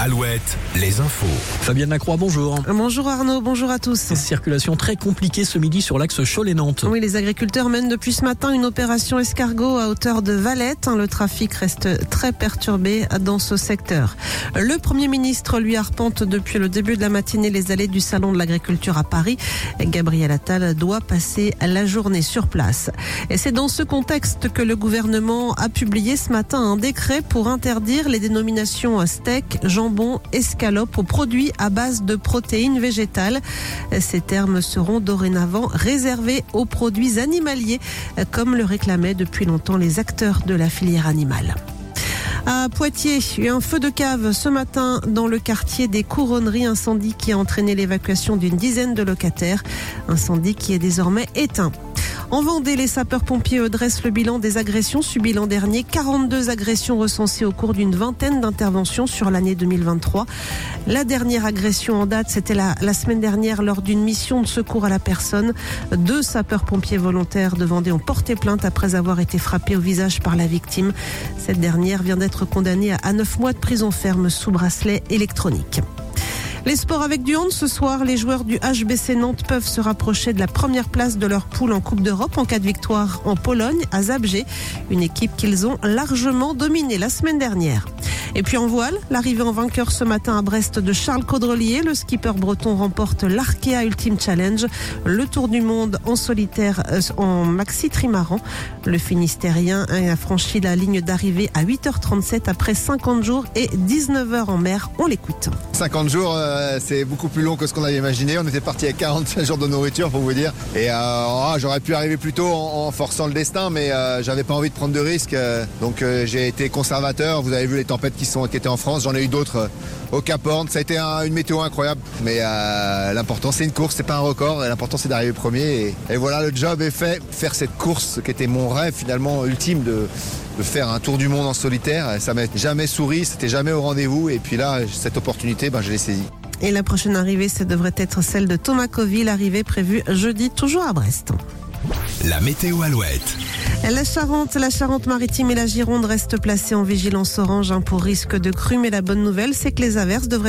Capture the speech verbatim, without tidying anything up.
Alouette, les infos. Fabienne Lacroix, bonjour. Bonjour Arnaud, bonjour à tous. Circulation très compliquée ce midi sur l'axe Cholet-Nantes. Oui, les agriculteurs mènent depuis ce matin une opération escargot à hauteur de Valette. Le trafic reste très perturbé dans ce secteur. Le Premier ministre lui arpente depuis le début de la matinée les allées du Salon de l'Agriculture à Paris. Gabriel Attal doit passer la journée sur place. Et c'est dans ce contexte que le gouvernement a publié ce matin un décret pour interdire les dénominations steak, jambon, escalope aux produits à base de protéines végétales. Ces termes seront dorénavant réservés aux produits animaliers, comme le réclamaient depuis longtemps les acteurs de la filière animale. À Poitiers, il y a eu un feu de cave ce matin dans le quartier des Couronneries, incendie qui a entraîné l'évacuation d'une dizaine de locataires. Incendie qui est désormais éteint. En Vendée, les sapeurs-pompiers dressent le bilan des agressions subies l'an dernier. quarante-deux agressions recensées au cours d'une vingtaine d'interventions sur l'année deux mille vingt-trois. La dernière agression en date, c'était la, la semaine dernière lors d'une mission de secours à la personne. Deux sapeurs-pompiers volontaires de Vendée ont porté plainte après avoir été frappés au visage par la victime. Cette dernière vient d'être condamnée à neuf mois de prison ferme sous bracelet électronique. Les sports avec du hand ce soir, les joueurs du H B C Nantes peuvent se rapprocher de la première place de leur poule en Coupe d'Europe en cas de victoire en Pologne à Zabrze, une équipe qu'ils ont largement dominée la semaine dernière. Et puis en voile, l'arrivée en vainqueur ce matin à Brest de Charles Caudrelier, le skipper breton remporte l'Arkea Ultimate Challenge, le tour du monde en solitaire euh, en maxi trimaran. Le Finistérien a franchi la ligne d'arrivée à huit heures trente-sept après cinquante jours et dix-neuf heures en mer. On l'écoute. cinquante jours, euh, c'est beaucoup plus long que ce qu'on avait imaginé. On était parti avec quarante-cinq jours de nourriture pour vous dire. Et euh, oh, j'aurais pu arriver plus tôt en, en forçant le destin, mais euh, j'avais pas envie de prendre de risques. Euh, donc euh, j'ai été conservateur. Vous avez vu les tempêtes qui Qui, sont, qui étaient en France, j'en ai eu d'autres euh, au Cap Horn. Ça a été un, une météo incroyable, mais euh, l'important c'est une course, c'est pas un record, et l'important c'est d'arriver premier, et, et voilà, le job est fait. Faire cette course qui était mon rêve finalement ultime de, de faire un tour du monde en solitaire, ça m'a jamais souri, c'était jamais au rendez-vous, et puis là cette opportunité, ben, je l'ai saisie. Et la prochaine arrivée, ça devrait être celle de Thomas Coville, arrivée prévue jeudi, toujours à Brest. La météo Alouette. La Charente, la Charente-Maritime et la Gironde restent placées en vigilance orange pour risque de crue, mais la bonne nouvelle, c'est que les averses devraient